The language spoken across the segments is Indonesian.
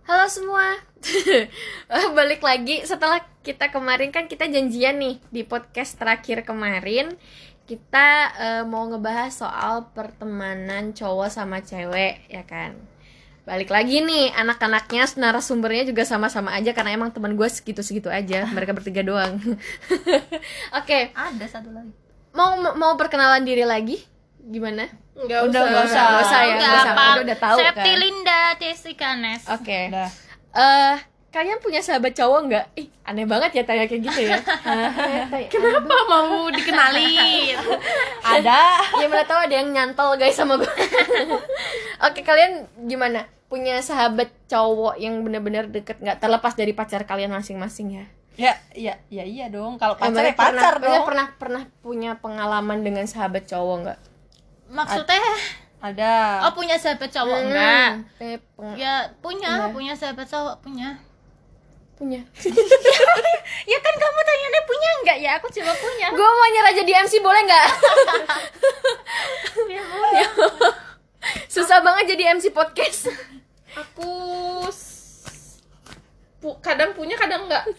Halo semua. Balik lagi setelah kita kemarin kan kita janjian nih di podcast terakhir kemarin. Kita mau ngebahas soal pertemanan cowok sama cewek, ya kan. Balik lagi nih, anak-anaknya narasumbernya juga sama-sama aja karena emang teman gue segitu-segitu aja. Mereka bertiga doang. Oke. Ada satu lagi. Mau perkenalan diri lagi? Gimana? Nggak Udah tahu kan. Septi Linda Tesikanes. Oke. Kalian punya sahabat cowok nggak? Aneh banget ya tanya kayak gitu ya. Kenapa mau dikenalin? Ada. Ya mana tahu ada yang nyantol guys sama gue. Oke, kalian gimana? Punya sahabat cowok yang benar-benar deket nggak? Terlepas dari pacar kalian masing-masing ya? Iya dong. Kalau pacar ya pacar dong. Pernah punya pengalaman dengan sahabat cowok nggak? Maksudnya Ada. oh punya sahabat cowok enggak? Ya Enggak. punya sahabat cowok punya. Ya kan kamu tanya punya enggak ya? Aku juga punya. Gue mau nyerah jadi MC boleh nggak? Ya boleh. Susah banget jadi MC podcast. Aku kadang punya, kadang enggak.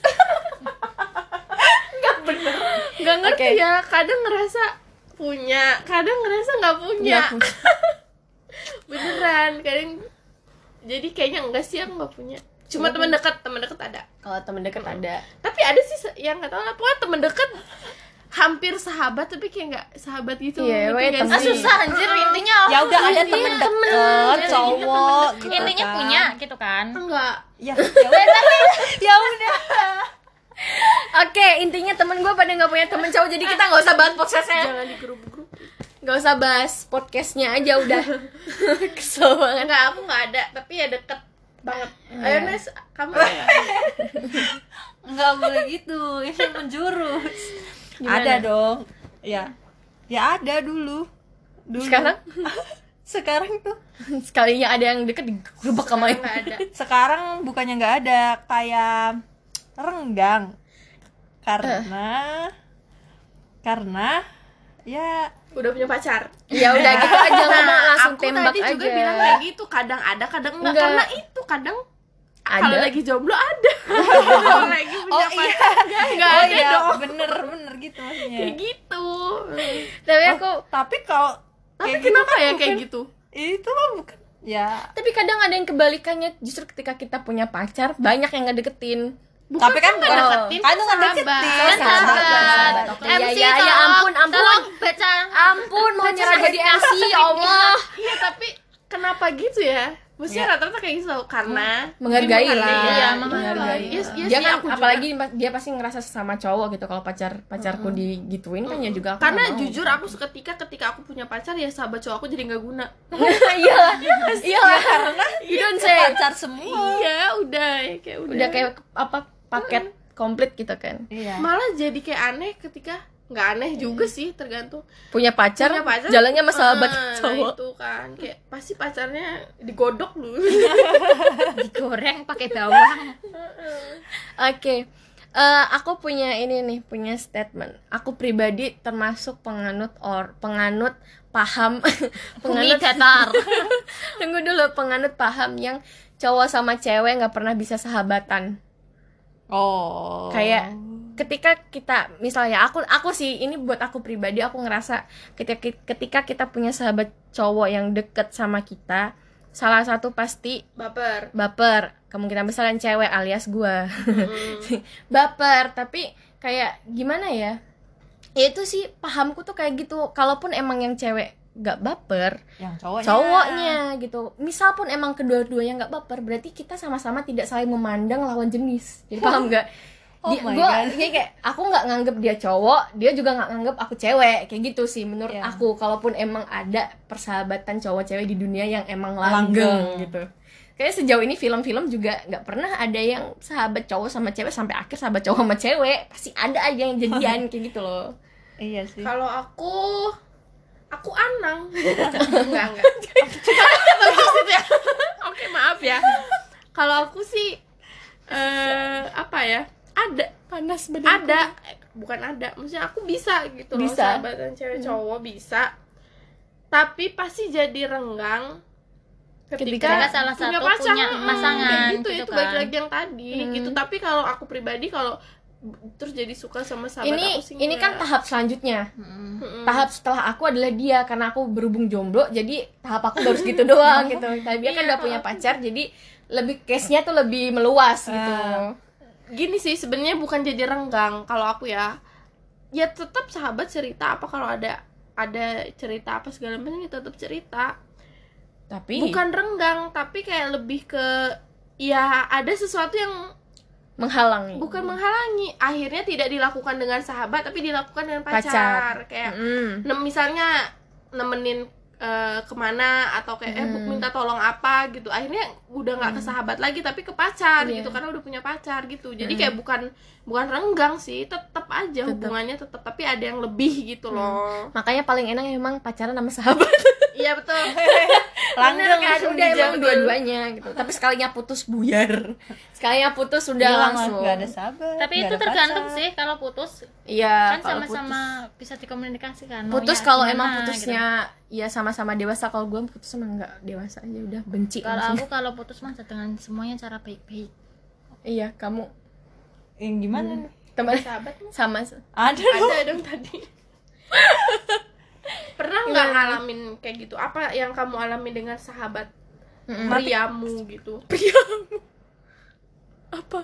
Enggak ngerti Oke. ya, kadang ngerasa punya, kadang ngerasa nggak punya. Beneran, kadang jadi kayaknya enggak sih, aku nggak punya. Cuma teman dekat ada. Kalau temen deket ada. Tapi ada sih yang nggak tahu lah, pokoknya teman dekat hampir sahabat tapi kayak nggak sahabat gitu. Iya, Ngerti pokoknya nggak temen. sih? Susah anjir intinya. Ya udah ada temen Iya, deket cowok gitu Intinya kan. punya gitu kan. Enggak. Ya udah. Oke, intinya temen gue pada nggak punya temen cowok, jadi kita nggak usah bahas podcastnya. Jangan di grup-grup. Nggak usah bahas podcastnya aja udah. Kesel banget. Enggak, aku nggak ada, tapi ya deket banget. Ayo Nes, kamu Enggak boleh gitu. Ini menjurus. Gimana? Ada dong. Ya ada dulu. Sekarang Sekarang tuh. sekalinya ada yang deket digerebek sama nggak ada. Sekarang bukannya nggak ada, kayak renggang. Karena ya Udah punya pacar. ya udah gitu aja, ngomong langsung aku tembak tadi aja. juga bilang kayak gitu, kadang ada kadang enggak. Enggak. Karena itu kadang Ada. kalau lagi jomblo ada. Kalau lagi punya pacar enggak ada iya, dong. bener gitu maksudnya. Kayak gitu. Tapi aku Tapi kalau Tapi kayak kenapa gitu ya kan kayak bukan- gitu? Itu mah bukan ya. tapi kadang ada yang kebalikannya, justru ketika kita punya pacar banyak yang ngedeketin. Tapi kan bukan ngedeketin, kan sahabat. ngedeketin. Sahabat. Oke, MC ya tolong, ampun. tolong baca. Ampun, mau nyerah jadi MC, ya Allah. Iya, tapi kenapa gitu ya? Maksudnya rata-rata kayak gitu karena Menghargai mungkin lah. Iya, menghargai. Yes, yes, Dia iya, kan aku juga. apalagi dia pasti ngerasa sama cowok gitu. Kalau pacarku digituin kan ya juga aku karena nggak mau. jujur aku ketika aku punya pacar ya sahabat cowok aku jadi nggak guna. Iyalah karena you don't say. Pacar semua. Iya, udah ya, kayak Udah kayak apa paket komplit gitu kan. Iya. malah jadi kayak aneh ketika nggak aneh juga sih, tergantung Punya pacar, punya pacar jalannya sama sahabat nah cowok. itu kan kayak pasti pacarnya digodok dulu. Digoreng pakai bawang. Oke. Aku punya ini nih, punya statement. Aku pribadi termasuk penganut paham Bumi datar. Tunggu dulu, penganut paham yang cowok sama cewek nggak pernah bisa sahabatan. Oh. Kayak ketika kita misalnya aku sih ini buat aku pribadi, aku ngerasa ketika kita punya sahabat cowok yang deket sama kita, salah satu pasti baper, kemungkinan besar yang cewek alias gua. Baper, tapi kayak gimana ya, itu sih pahamku tuh kayak gitu. Kalaupun emang yang cewek gak baper, yang cowoknya gitu, misal pun emang kedua-duanya gak baper, berarti kita sama-sama tidak saling memandang lawan jenis. Jadi paham gak? Oh my Gua God. kayak aku nggak nganggep dia cowok, dia juga nggak nganggep aku cewek, kayak gitu sih menurut Yeah. aku. Kalaupun emang ada persahabatan cowok cewek di dunia yang emang langgeng gitu. Kayak sejauh ini film-film juga nggak pernah ada yang sahabat cowok sama cewek sampai akhir sahabat cowok sama cewek, pasti ada aja yang jadian kayak gitu loh. Iya sih. Kalau aku Anang. enggak bagus itu ya. Oke, maaf ya. Kalau aku sih apa ya, ada Panas badan. bukan ada, maksudnya aku bisa gitu loh, Bisa. sahabatan cewek cowok bisa, tapi pasti jadi renggang ketika salah punya satu pacar, punya pasangan, kayak gitu, gitu itu kan. balik lagi yang tadi gitu. Tapi kalau aku pribadi kalau terus jadi suka sama sahabat aku sih ini kan tahap selanjutnya. Mm-mm. Tahap setelah aku adalah dia, karena aku berhubung jomblo, jadi tahap aku baru segitu doang gitu. Tapi dia kan udah punya pacar, jadi lebih case-nya tuh lebih meluas gitu. Gini sih sebenarnya bukan jadi renggang kalau aku ya tetap sahabat cerita apa, kalau ada cerita apa segala macam ya tetap cerita, Tapi bukan renggang, tapi kayak lebih ke ya ada sesuatu yang menghalangi. bukan menghalangi, akhirnya tidak dilakukan dengan sahabat tapi dilakukan dengan pacar. Kayak misalnya nemenin kemana atau kayak minta tolong apa gitu, akhirnya udah nggak ke sahabat lagi tapi ke pacar gitu, karena udah punya pacar gitu. Jadi kayak bukan renggang sih, tetap aja hubungannya tetap, tapi ada yang lebih gitu loh. Makanya paling enak emang pacaran sama sahabat. Iya betul. Langgeng Kan langsung udah emang dijawab. dua-duanya gitu. Tapi sekalinya putus buyar. Sekalinya putus sudah Hilang, langsung. nggak ada sahabat. Tapi nggak itu ada tergantung pacar. sih kalau putus Iya, kan kalau sama-sama bisa dikomunikasikan. putus maunya kalau gimana, emang gitu. putusnya ya sama-sama dewasa. Kalau gue putus emang nggak dewasa aja, udah benci Kalau langsung. aku kalau putus mah dengan semuanya cara baik-baik. Iya, kamu Yang gimana nih? teman Sahabat sama Ada dong. ada dong tadi. Pernah nggak ngalamin kayak gitu? Apa yang kamu alami dengan sahabat priamu gitu? apa?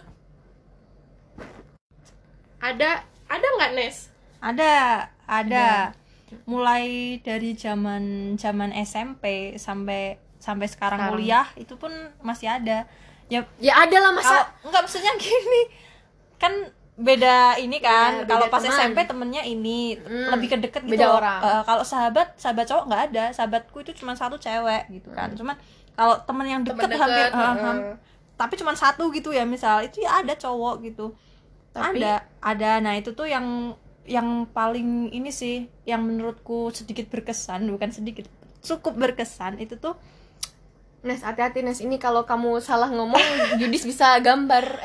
Ada nggak Nes? Ada. Mulai dari zaman SMP sampai sekarang kuliah itu pun masih ada. Ya Ya ada lah kalau masa. enggak, maksudnya gini. Kan beda ini kan. Iya, Kalau beda pas teman. SMP temennya ini lebih ke deket gitu. Beda orang. Kalau sahabat cowok nggak ada. Sahabatku itu cuma satu cewek gitu kan. Cuman kalau temen yang deket Temen hampir deket, tapi cuma satu gitu ya, misal itu ya ada cowok gitu. Tapi- ada. Nah, itu tuh yang paling ini sih yang menurutku sedikit berkesan, bukan sedikit, cukup berkesan itu tuh. Nes, hati-hati Nes, ini kalau kamu salah ngomong Judis bisa gampar.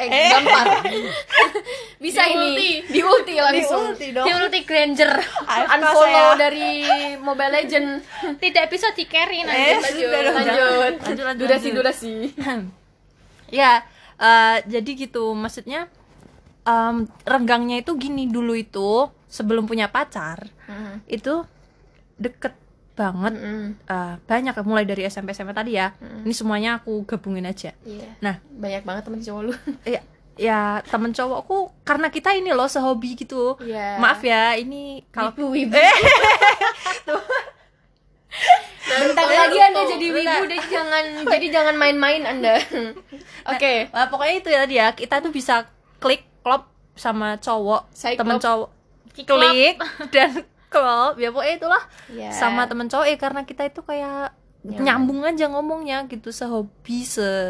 Bisa ini di ulti langsung. Ulti dong. Di Ulti Granger AFK Unfollow saya. dari Mobile Legend. tidak bisa di carry nanti. Sudah dong, Lanjut. lanjut. Durasi. Ya, jadi gitu, maksudnya renggangnya itu gini, dulu itu sebelum punya pacar itu deket banget, banyak ya, mulai dari SMP tadi ya. Ini semuanya aku gabungin aja. Iya. Nah, Banyak banget temen cowok lu. ya temen cowokku karena kita ini loh sehobi gitu. Iya. Maaf ya, ini kalau Wibu. Bentar lagi Anda jadi wibu deh, jangan main-main Anda. Oke. pokoknya itu ya dia, kita tuh bisa klik klop sama cowok, Cyclop. temen cowok, klik dan klop, ya pokoknya itulah. Iya. Sama temen cowok ya, karena kita itu kayak nyambung aja ngomongnya gitu, sehobi,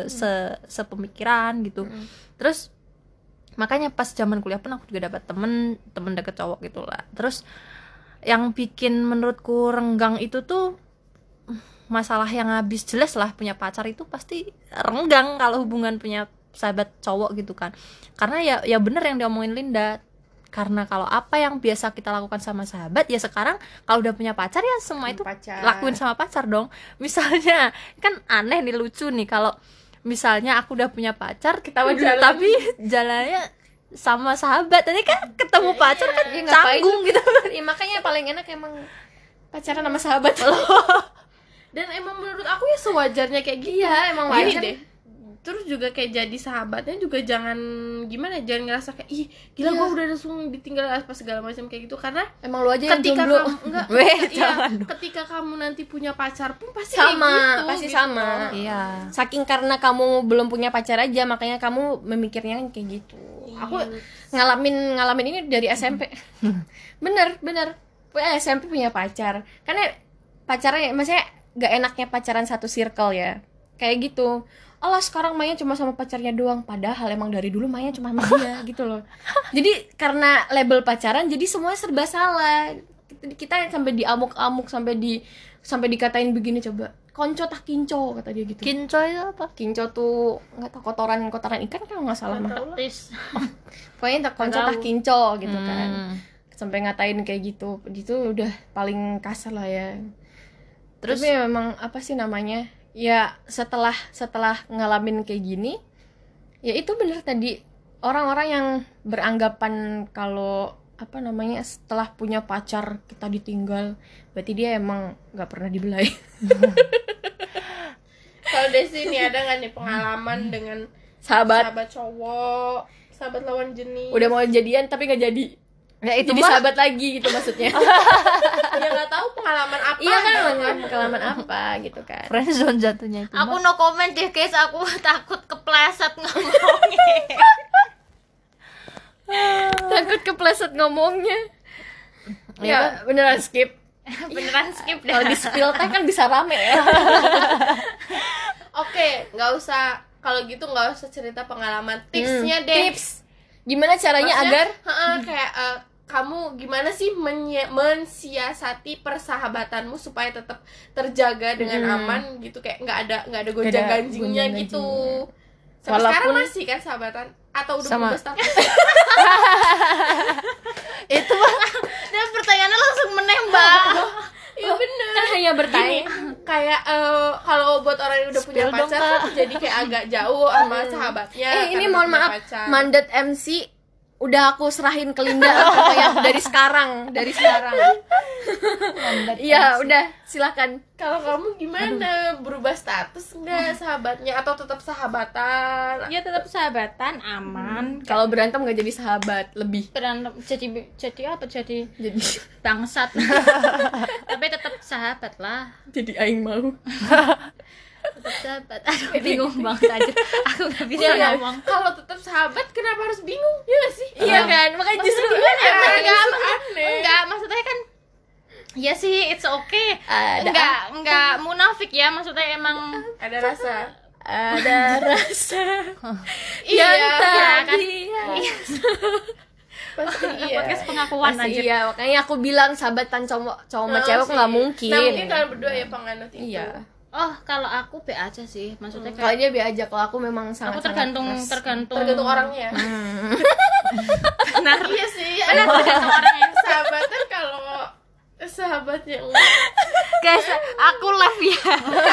sepemikiran gitu. Terus makanya pas zaman kuliah pun aku juga dapat temen deket cowok gitulah. Terus yang bikin menurutku renggang itu tuh masalah yang habis jelas lah, punya pacar itu pasti renggang kalau hubungan punya sahabat cowok gitu kan. Karena ya bener yang diomongin Linda, karena kalau apa yang biasa kita lakukan sama sahabat, ya sekarang kalau udah punya pacar ya semua itu Pacar. lakuin sama pacar dong. Misalnya kan aneh nih, lucu nih kalau misalnya aku udah punya pacar Ketawa jalan. tapi jalannya sama sahabat, tadi kan ketemu pacar kan Ya, ngapain? canggung gitu. Ya, makanya paling enak emang pacaran sama sahabat. Dan emang menurut aku ya sewajarnya kayak gitu. Iya, emang Gini wajar. deh. Terus juga kayak jadi sahabatnya juga jangan ngerasa kayak ih gila gue udah langsung ditinggal apa segala macam kayak gitu, karena Emang lu aja yang ketika jomblo. kamu enggak Weh, iya, jangan dong. ketika kamu nanti punya pacar pun pasti Sama, kayak gitu, pasti gitu. sama. Iya. Saking karena kamu belum punya pacar aja, makanya kamu memikirnya kayak gitu. Aku ngalamin ini dari SMP. bener SMP punya pacar, karena pacarnya maksudnya gak enaknya pacaran satu circle ya, kayak gitu. Allah, sekarang mainnya cuma sama pacarnya doang, padahal emang dari dulu mainnya cuma sama dia gitu loh. Jadi karena label pacaran jadi semuanya serba salah. Kita sampai diamuk-amuk, sampai dikatain begini, coba konco tak kinco kata dia gitu. Kinco itu apa? Kinco tuh nggak tahu, kotoran ikan kalau nggak salah mah. Tis. Pokoknya tak konco tak kinco gitu kan. Sampai ngatain kayak gitu. Itu udah paling kasar lah ya. Terus tapi memang apa sih namanya? ya setelah ngalamin kayak gini, ya itu bener tadi, orang-orang yang beranggapan kalau apa namanya setelah punya pacar kita ditinggal, berarti dia emang nggak pernah dibelai. Kalau Desi ini ada nggak nih pengalaman dengan sahabat cowok, sahabat lawan jenis? udah mau jadian tapi nggak jadi, Ya itu jadi mah sahabat lagi gitu maksudnya. Ya nggak tahu pengalaman apa. Iya kan, pengalaman apa gitu kan. friendzone jatuhnya itu. Aku mah. no comment deh guys, aku takut kepleset ngomongnya. Takut kepleset ngomongnya. Ya Ya beneran skip. Beneran skip Kalau dah. di spill teh kan bisa rame ya. Oke, nggak usah, kalau gitu nggak usah cerita pengalaman, tipsnya deh. Tips gimana caranya Maksudnya, agar kayak kamu gimana sih mensiasati persahabatanmu supaya tetap terjaga dengan aman gitu, kayak nggak ada gonjang ganjingnya gitu. Sampai sekarang masih kan sahabatan atau udah Sama. berubah status? Itu mah Dan pertanyaannya langsung menembak. Iya bener. kan hanya bertanya. Kayak kalau buat orang yang udah punya Spill dong, pacar Kak. kan jadi kayak agak jauh sama sahabatnya. Ini karena mohon punya maaf, pacar. mandat MC udah aku serahin ke Linda pokoknya dari sekarang. Iya, udah silakan. Kalau kamu gimana? Berubah status enggak sahabatnya atau tetap sahabatan? Ya tetap sahabatan, aman. Kalau berantem nggak jadi sahabat, lebih Berantem jadi apa? Jadi jadi bangsat. Tapi tetap sahabat lah. jadi aing mau. Tetap sahabat. Aduh, bingung banget aja. Aku nggak bisa Iya, ngomong. kalau tetap sahabat kenapa harus bingung? Iya nggak sih? Iya kan, makanya justru Enggak, maksudnya kan ya sih, it's okay. Ada Enggak munafik ya, maksudnya emang Ada rasa. ada rasa Iya, kan? tadi. pasti iya. podcast pengakuan Pasti aja. iya, makanya aku bilang sahabatan cowok sama Nah, cewek aku nggak sih. mungkin. Nah, mungkin kalian berdua ya penganut itu. Iya. Oh, kalau aku be aja sih. Maksudnya Kalau kayak dia biar aja, kalau aku memang sangat aku tergantung Tergantung orangnya. Benar. Iya sih. Tergantung orangnya. Sahabatan kalau sahabatnya Guys, aku live ya.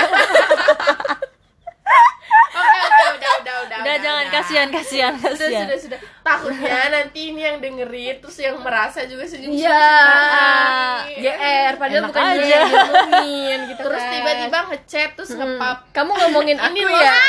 udah jangan kasihan. sudah takutnya nanti ini yang dengerin terus yang merasa juga senyum Iya. GR padahal Enak bukan aja. dia yang ngomongin gitu terus kan. tiba-tiba ngechat terus ngepap. Kamu ngomongin aku loh, ya.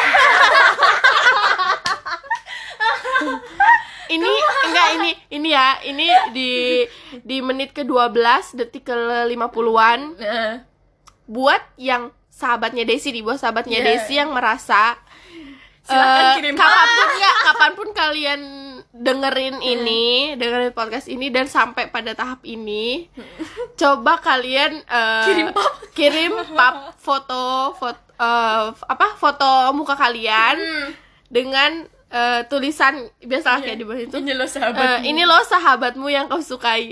Ini enggak ini ya, ini di menit ke-12 detik ke-50-an. Nah, Buat yang sahabatnya Desi, di bawah sahabatnya Yeah. Desi yang merasa Silakan kirim. kapanpun kalian dengerin dengerin podcast ini dan sampai pada tahap ini, coba kalian kirim pap foto muka kalian dengan tulisan biasa kayak di bawah itu. ini lo sahabat. Ini loh sahabatmu yang kau sukai.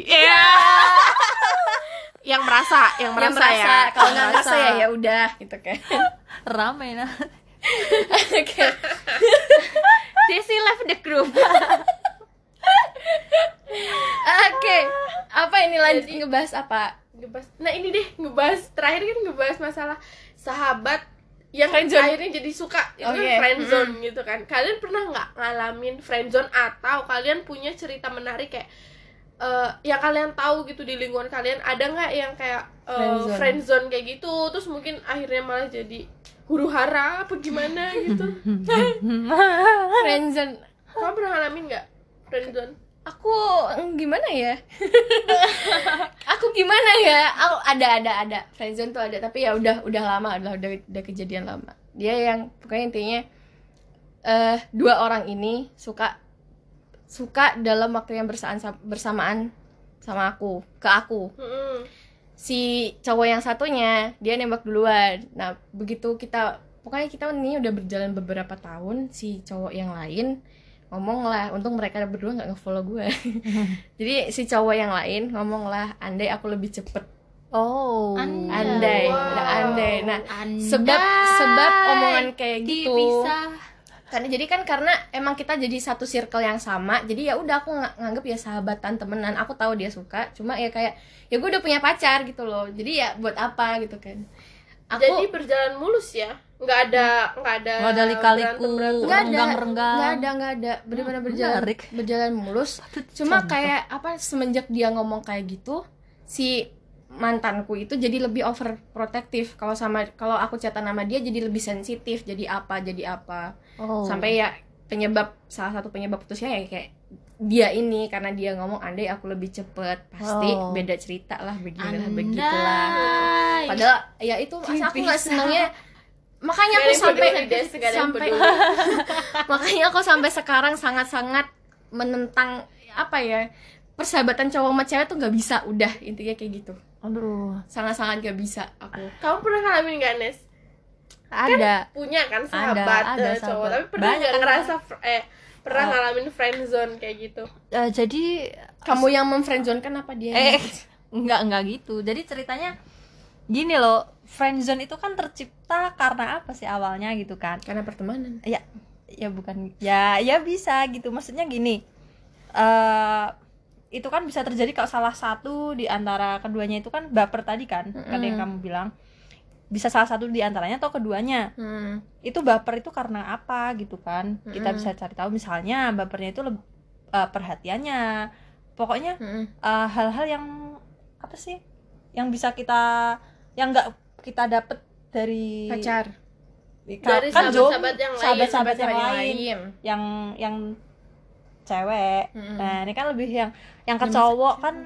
Yang merasa ya. Kalau nggak merasa ya udah gitu kan. Ramai nah. Oke. Desi left the group. Oke. Apa ini lanjut ngebahas apa? Nah ini deh terakhir kan ngebahas masalah sahabat yang akhirnya jadi suka itu kan Oke. friendzone gitu kan. Kalian pernah nggak ngalamin friendzone atau kalian punya cerita menarik kayak yang kalian tahu gitu di lingkungan kalian, ada nggak yang kayak friendzone kayak gitu terus mungkin akhirnya malah jadi huru hara apa gimana gitu? Friendzone. Kamu pernah ngalamin nggak friendzone? Aku gimana ya? Aku ada friendzone tuh ada, tapi ya udah lama, udah kejadian lama. Dia yang pokoknya intinya dua orang ini suka dalam waktu yang bersamaan sama ke aku. Si cowok yang satunya dia nembak duluan. Nah begitu kita ini udah berjalan beberapa tahun, si cowok yang lain ngomong lah, untung mereka berdua nggak ngefollow gue. Jadi si cowok yang lain ngomong lah, andai aku lebih cepet. Oh. Andai. Wow. Nah, andai. Nah, Andai sebab omongan kayak gitu. dipisah. Karena emang kita jadi satu circle yang sama, jadi ya udah aku nganggep ya sahabatan, temenan. Aku tahu dia suka, cuma ya kayak ya gue udah punya pacar gitu loh, jadi ya buat apa gitu kan. Jadi berjalan mulus ya, nggak ada lika-liku, nggak ada benar-benar berjalan mulus. Cuma kayak apa, semenjak dia ngomong kayak gitu, si mantanku itu jadi lebih overprotective. Kalau aku chatan sama dia jadi lebih sensitif, jadi apa sampai ya salah satu penyebab putusnya ya kayak dia ini, karena dia ngomong andai aku lebih cepet pasti beda cerita lah, begitulah. Padahal ya itu aku nggak senengnya, makanya aku sampai sekarang sangat menentang apa ya, persahabatan cowok sama cewek tuh nggak bisa, udah intinya kayak gitu. Aduh, sangat nggak bisa aku. Kamu pernah ngalamin nggak, Nes? Ada. Kan punya kan sahabat ada cowok, tapi pernah nggak ngerasa pernah ngalamin friendzone kayak gitu? Jadi kamu yang memfriendzone kan apa dia? Enggak gitu. Jadi ceritanya gini loh, friendzone itu kan tercipta karena apa sih awalnya gitu kan? Karena pertemanan. Ya bukan. Ya bisa gitu. Maksudnya gini. Itu kan bisa terjadi kalau salah satu di antara keduanya itu kan baper tadi kan, kan yang kamu bilang bisa salah satu di antaranya atau keduanya. Itu baper itu karena apa gitu kan, kita bisa cari tahu. Misalnya bapernya itu perhatiannya, pokoknya hal-hal yang apa sih yang bisa yang nggak kita dapet dari pacar, dari kan sahabat-sahabat yang lain yang cewek. Nah ini kan lebih yang ke cowok kan.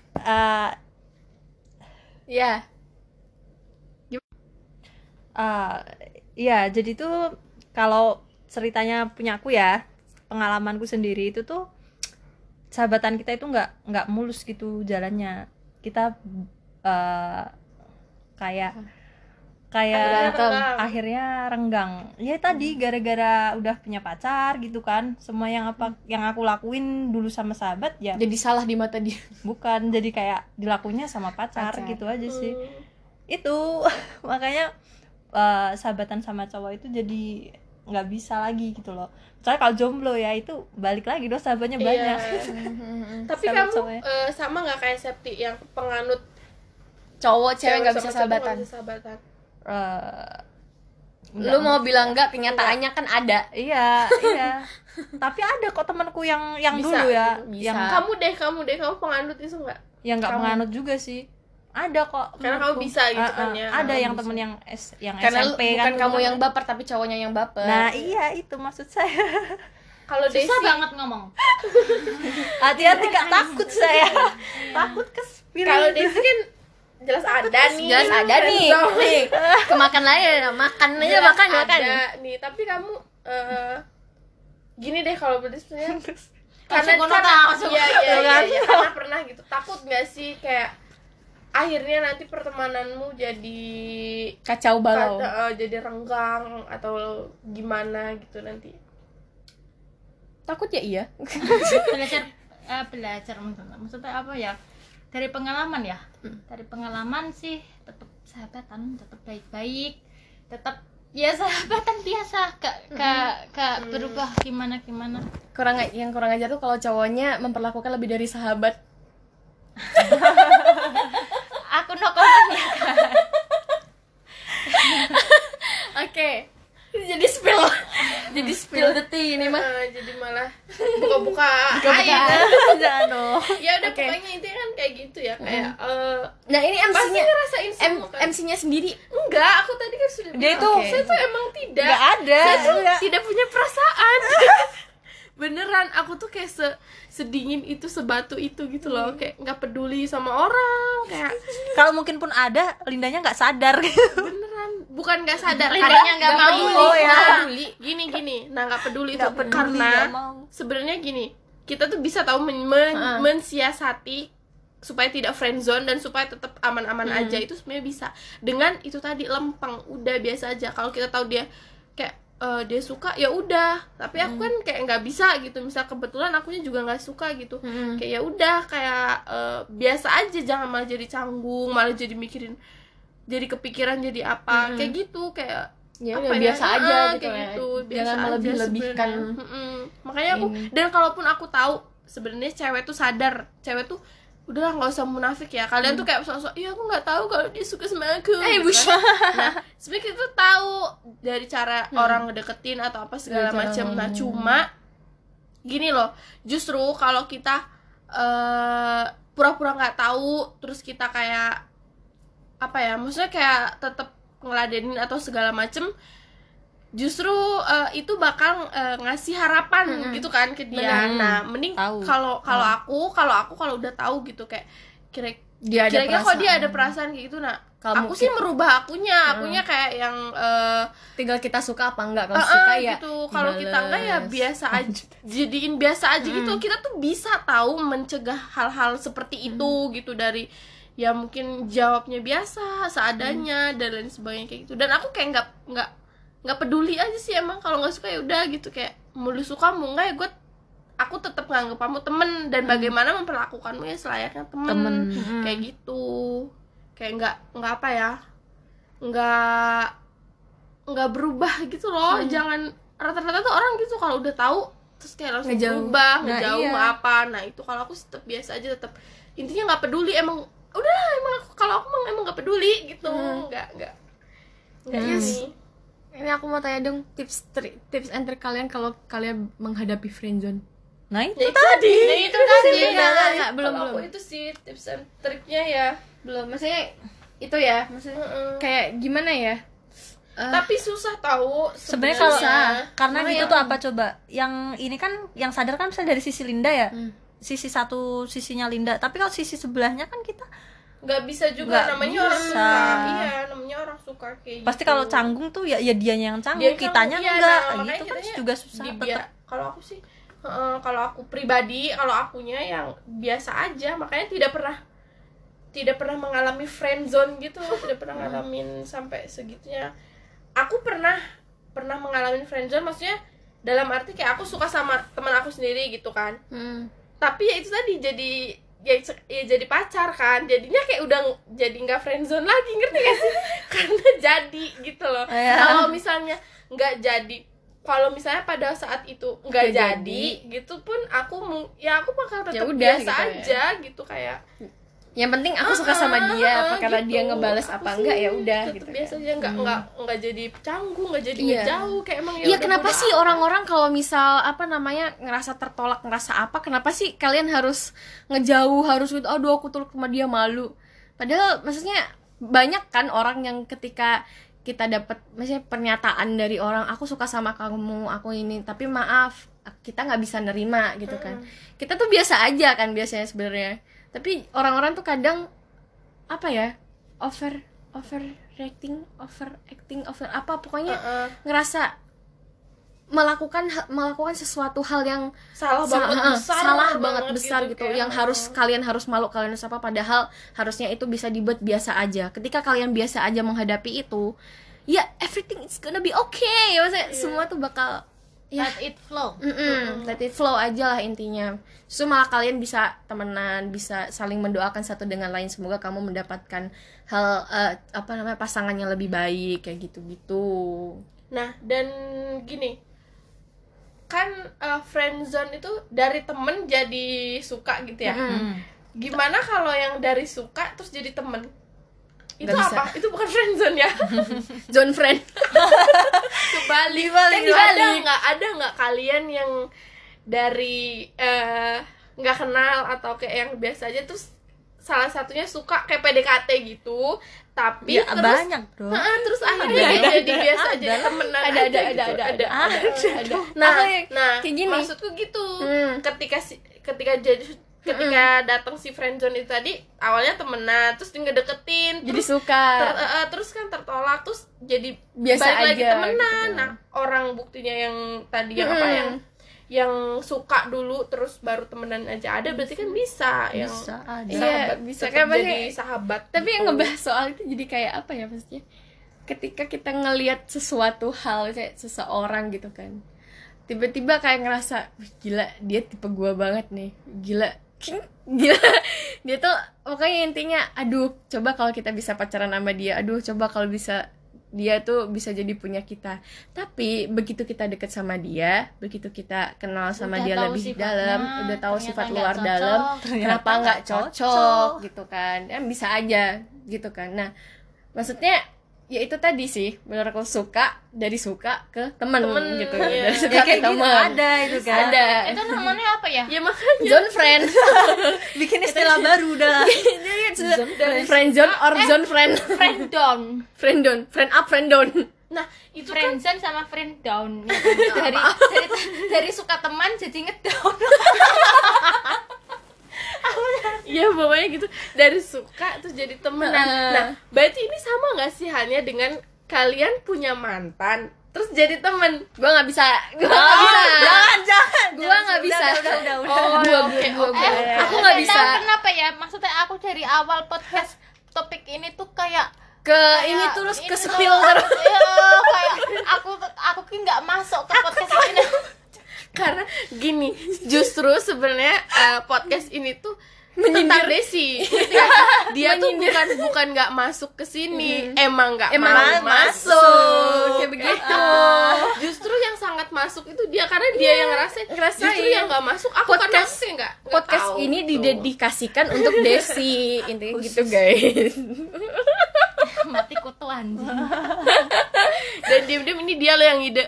Ya jadi tuh kalau ceritanya punya aku ya, pengalamanku sendiri itu tuh sahabatan kita itu nggak mulus gitu jalannya. Kita kayak akhirnya renggang. Ya tadi gara-gara udah punya pacar gitu kan. Semua yang aku lakuin dulu sama sahabat ya jadi salah di mata dia. Bukan, jadi kayak dilakunya sama pacar. Gitu aja sih. Itu makanya sahabatan sama cowok itu jadi nggak bisa lagi gitu loh. Soalnya kalau jomblo ya itu balik lagi dong, sahabatnya banyak. Tapi kamu sama nggak kayak Septi yang penganut cowok cewek nggak bisa sahabatan? Lu mau bilang enggak, kenyataannya kan ada. Iya. Tapi ada kok temanku yang bisa, dulu ya bisa. Yang kamu penganut itu enggak? Yang enggak penganut juga sih. Ada kok. Karena kamu bisa gitu kan ya. Ada yang temen yang karena SMP kan. Bukan kamu yang baper tapi cowoknya yang baper. Nah, iya itu maksud saya. Kalau Desi banget ngomong. Hati-hati Kak, takut saya. Takut kespiring. Kalau Desi kan jelas ada nih. Kemakan aja, makan ada nih. Tapi kamu gini deh kalau berarti sebenarnya karena pernah gitu. Takut nggak sih kayak akhirnya nanti pertemananmu jadi kacau balau, jadi renggang atau gimana gitu nanti? Takut ya iya. Belajar maksudnya apa ya? Dari pengalaman ya. Dari pengalaman sih tetap sahabatan, tetap baik-baik, tetap ya sahabatan biasa, gak berubah gimana. Yang kurang ajar tuh kalau cowoknya memperlakukan lebih dari sahabat. Aku no comment ya kan. Oke. Jadi spill the tea ini mah. Jadi malah buka-buka air. Jangan dong. Ya udah pokoknya intinya kan kayak gitu ya, kayak nah ini MC-nya ngerasain semua kan. MC-nya sendiri. Enggak, aku tadi kan sudah Dia bilang. Saya tuh emang tidak. Enggak ada. Saya tuh tidak punya perasaan. Beneran, aku tuh kayak sedingin itu, sebatu itu gitu loh, kayak nggak peduli sama orang, kayak kalau mungkin pun ada, Lindanya nggak sadar. Beneran, bukan nggak sadar, Lindanya nggak mau. Peduli. Gini, nggak peduli itu karena sebenarnya gini, kita tuh bisa tahu mensiasati supaya tidak friendzone dan supaya tetap aman-aman aja, itu sebenarnya bisa dengan itu tadi, lempeng, udah biasa aja. Kalau kita tahu dia kayak dia suka ya udah, tapi aku kan kayak nggak bisa gitu, misal kebetulan akunya juga nggak suka gitu, kayak ya udah kayak biasa aja, jangan malah jadi canggung, malah jadi mikirin, jadi kepikiran jadi apa, kayak gitu, kayak ya udah biasa aja gitu kayak ya, gitu, jangan melebih-lebihkan. Makanya aku dan kalaupun aku tahu sebenarnya cewek tuh sadar, cewek tuh udahlah nggak usah munafik ya, kalian tuh kayak sosok iya aku nggak tahu kalau dia suka sama aku gitu kan. Nah sebenarnya kita tuh tahu dari cara orang ngedeketin atau apa segala macam. Nah cuma gini loh, justru kalau kita pura-pura nggak tahu terus kita kayak apa ya, maksudnya kayak tetap ngeladenin atau segala macem, justru itu bakal ngasih harapan gitu kan ke dia. Nah mending kalau aku kalau udah tahu gitu kayak kira-kira kok dia ada perasaan kayak gitu, nah aku sih merubah akunya kayak yang tinggal kita suka apa enggak. Kalau suka ya gitu, kalau kita enggak ya biasa aja, jadiin biasa aja gitu. Kita tuh bisa tahu mencegah hal-hal seperti itu gitu, dari ya mungkin jawabnya biasa seadanya dan lain sebagainya kayak gitu. Dan aku kayak nggak peduli aja sih, emang kalau nggak suka ya udah gitu, kayak mau lu suka mau nggak ya aku tetap nganggep kamu temen dan bagaimana memperlakukanmu ya selayaknya temen. Kayak gitu, kayak nggak apa ya, nggak berubah gitu loh. Jangan, rata-rata tuh orang gitu kalau udah tahu terus kayak langsung berubah, ngejauh apa. Nah itu kalau aku tetap biasa aja, tetap intinya nggak peduli, emang udah emang kalau aku emang nggak peduli gitu. nggak Ini aku mau tanya dong tips and trick kalian kalau kalian menghadapi friendzone. Nah itu tadi. Belum. Aku itu sih tips and triknya ya. Belum, maksudnya itu ya, maksudnya kayak gimana ya? Tapi susah tahu sebenarnya kalau karena itu tuh apa coba? Yang ini kan yang sadar kan misalnya dari sisi Linda ya. Sisi satu sisinya Linda, tapi kalau sisi sebelahnya kan kita nggak bisa juga, namanya orang suka. Iya, namanya orang suka kayak pasti gitu. Kalau canggung tuh ya dianya yang canggung, kitanya enggak gitu kan juga susah. Kalau aku sih kalau aku pribadi, kalau akunya yang biasa aja, makanya tidak pernah mengalami friendzone gitu, tidak pernah ngalamin sampai segitunya. Aku pernah mengalami friendzone, maksudnya dalam arti kayak aku suka sama teman aku sendiri gitu kan. Tapi ya itu tadi jadi pacar kan, jadinya kayak udah jadi nggak friendzone lagi, ngerti gak sih? Karena jadi gitu loh. Kalau misalnya nggak jadi, kalau misalnya pada saat itu nggak jadi gitu pun aku bakal tetap biasa gitu aja gitu, kayak yang penting aku suka sama dia, apa karena dia ngebales apa enggak ya udah gitu. Biasa aja, nggak jadi canggung, nggak jadi ngejauh, kayak emang ya. Iya, kenapa sih orang-orang kalau misal apa namanya ngerasa tertolak, ngerasa apa, kenapa sih kalian harus ngejauh, harus gitu, aduh aku tolak sama dia, malu. Padahal maksudnya banyak kan orang yang ketika kita dapat maksudnya pernyataan dari orang, aku suka sama kamu, aku ini, tapi maaf kita nggak bisa nerima gitu kan. Kita tuh biasa aja kan biasanya sebenarnya, tapi orang-orang tuh kadang apa ya, overacting apa pokoknya ngerasa melakukan sesuatu hal yang salah banget besar gitu, yang kalian harus malu, kalian harus apa, padahal harusnya itu bisa dibuat biasa aja. Ketika kalian biasa aja menghadapi itu, ya everything is gonna be okay, maksudnya semua tuh bakal let it flow. Let it flow aja lah intinya. So malah kalian bisa temenan, bisa saling mendoakan satu dengan lain, semoga kamu mendapatkan hal pasangan yang lebih baik kayak gitu. Nah, dan gini kan, friendzone itu dari temen jadi suka gitu ya. Gimana kalau yang dari suka terus jadi temen? Itu apa? Itu bukan friendzone ya? Zone friend. Kebalik. Ada nggak kalian yang dari nggak kenal atau kayak yang biasa aja terus salah satunya suka kayak PDKT gitu, tapi ya, terus banyak dong. Terus akhirnya jadi biasa aja temenan. Ada. Nah, kayak gini. Maksudku gitu. Ketika datang si friendzone itu tadi, awalnya temenan, terus dia ngedeketin, jadi suka, terus kan tertolak, terus jadi biasa balik aja lagi temenan gitu. Nah, orang buktinya yang tadi yang suka dulu terus baru temenan aja ada, berarti kan bisa yang sahabat, bisa kan jadi sahabat. Tapi yang ngebahas soal itu jadi kayak apa ya, maksudnya ketika kita ngelihat sesuatu hal kayak seseorang gitu kan, tiba-tiba kayak ngerasa, gila dia tipe gua banget nih, gila dia tuh pokoknya intinya, aduh coba kalau kita bisa pacaran sama dia, aduh coba kalau bisa dia tuh bisa jadi punya kita. Tapi begitu kita deket sama dia, begitu kita kenal sama Udah dia tahu lebih sifatnya, dalam, udah tahu ternyata sifat nggak luar cocok, dalam, kenapa nggak cocok. cocok gitu kan? Bisa aja gitu kan. Nah, maksudnya ya itu tadi sih, menurut aku suka ke temen gitu, iya. dari suka Ya ke kayak gitu temen. ada itu kan. Ada. Itu namanya apa ya? Ya makanya Zone friend. Bikin istilah baru udah. Friend zone or zone friend. Friend down, Friend down, friend up, friend down. nah itu friend zone sama friend down. Dari suka teman jadi ngedown. ya pokoknya gitu, dari suka terus jadi temenan. Nah berarti ini sama nggak sih halnya dengan kalian punya mantan terus jadi temen? Gue nggak bisa. Gue nggak bisa. Jangan. Gue nggak bisa. Udah. Aku nggak bisa. Kenapa ya? Maksudnya aku dari awal podcast topik ini tuh kayak Ini terus ke ini spill tuh, terus. ya, kayak aku ki nggak masuk ke podcast ini. Karena gini, justru sebenarnya podcast ini tuh tentang Desi. Dia tuh bukan nggak masuk ke sini, emang nggak mau masuk. Kayak begitu. Justru yang sangat masuk itu dia, karena dia yang ngerasain. Justru yang nggak masuk aku, karena aku kayak nggak Podcast tahu ini tuh. didedikasikan untuk Desi, intinya gitu guys. Mati kutu anjing. Dan diem-diem ini dia loh yang ide.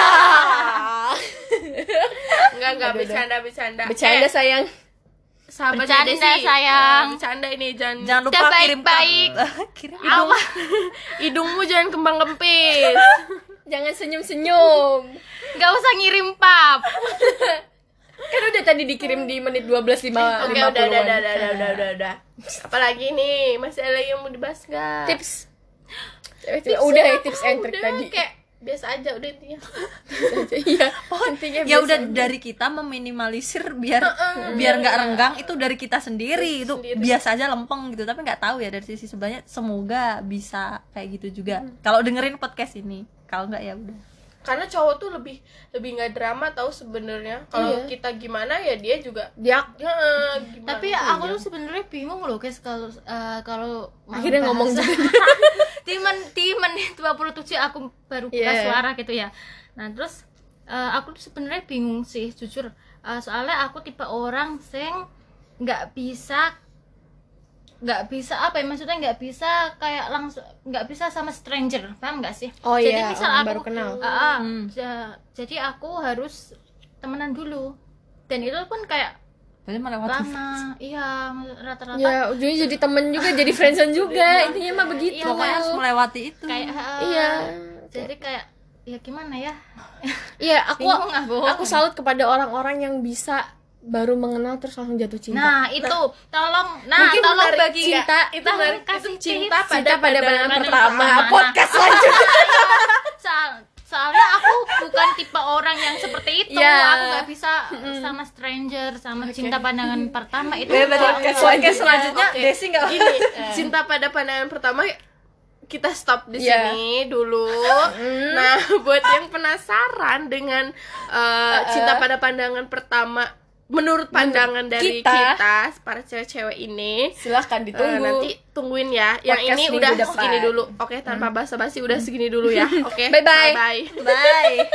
Enggak bercanda. Bercanda sayang. Sahabat Bercanda, Desi. sayang. Bercanda ini Jangan lupa Udah kirim baik-baik. kirim hidungmu jangan kembang kempis. Jangan senyum-senyum. Nggak usah ngirim pap. Kan udah tadi dikirim di menit 12.50. Oke, udah. Apalagi nih, masih ada yang mau dibahas nggak? Tips. Udah ya tips and trick Udah, tadi. kayak biasa aja udah intinya. Iya. Intinya ya biasa udah aja. dari kita meminimalisir biar nggak renggang, itu dari kita sendiri. Itu biasa aja lempeng gitu, tapi nggak tahu ya dari sisi sebelahnya. Semoga bisa kayak gitu juga kalau dengerin podcast ini. Kalau nggak ya udah. Karena cowok tuh lebih nggak drama tahu sebenarnya. Kalau Iya. kita gimana ya dia juga dia gimana. Tapi aku tuh sebenarnya bingung loh guys kalau akhirnya ngomong juga. di menit 27 aku baru buka Yeah. suara gitu ya. Nah terus aku tuh sebenarnya bingung sih jujur. Soalnya aku tipe orang sing nggak bisa apa ya, maksudnya nggak bisa kayak langsung, nggak bisa sama stranger, paham nggak sih? Oh Jadi iya, misal orang aku baru kenal. Jadi aku harus temenan dulu, dan itu pun kayak Berarti melewati lama. Iya, rata-rata Ya, ujungnya jadi temen juga, jadi friendzone juga. Intinya mah begitu. Iya, pokoknya harus melewati itu. kayak Iya. jadi kayak ya gimana ya? Iya, Bingung aku salut kepada orang-orang yang bisa baru mengenal terus langsung jatuh cinta. Nah, itu tolong Mungkin tolong menarik bagi cinta, itu tolong menarik, itu kasih cinta tips. Cinta pada pandangan pertama. Nah, Podcast selanjutnya. soalnya aku bukan tipe orang yang seperti itu. Ya. Aku nggak bisa sama stranger, sama cinta pandangan pertama itu. Podcast selanjutnya Oke. Desi nggak Gini, cinta pada pandangan pertama kita stop di Iya. sini dulu. Nah, buat yang penasaran dengan cinta pada pandangan pertama menurut pandangan dari kita, para cewek-cewek ini, silahkan ditunggu. nanti tungguin ya. Yang Podcast ini minggu udah depan. segini dulu. Oke, tanpa basa-basi udah segini dulu ya. Oke. Bye-bye. Bye-bye. Bye.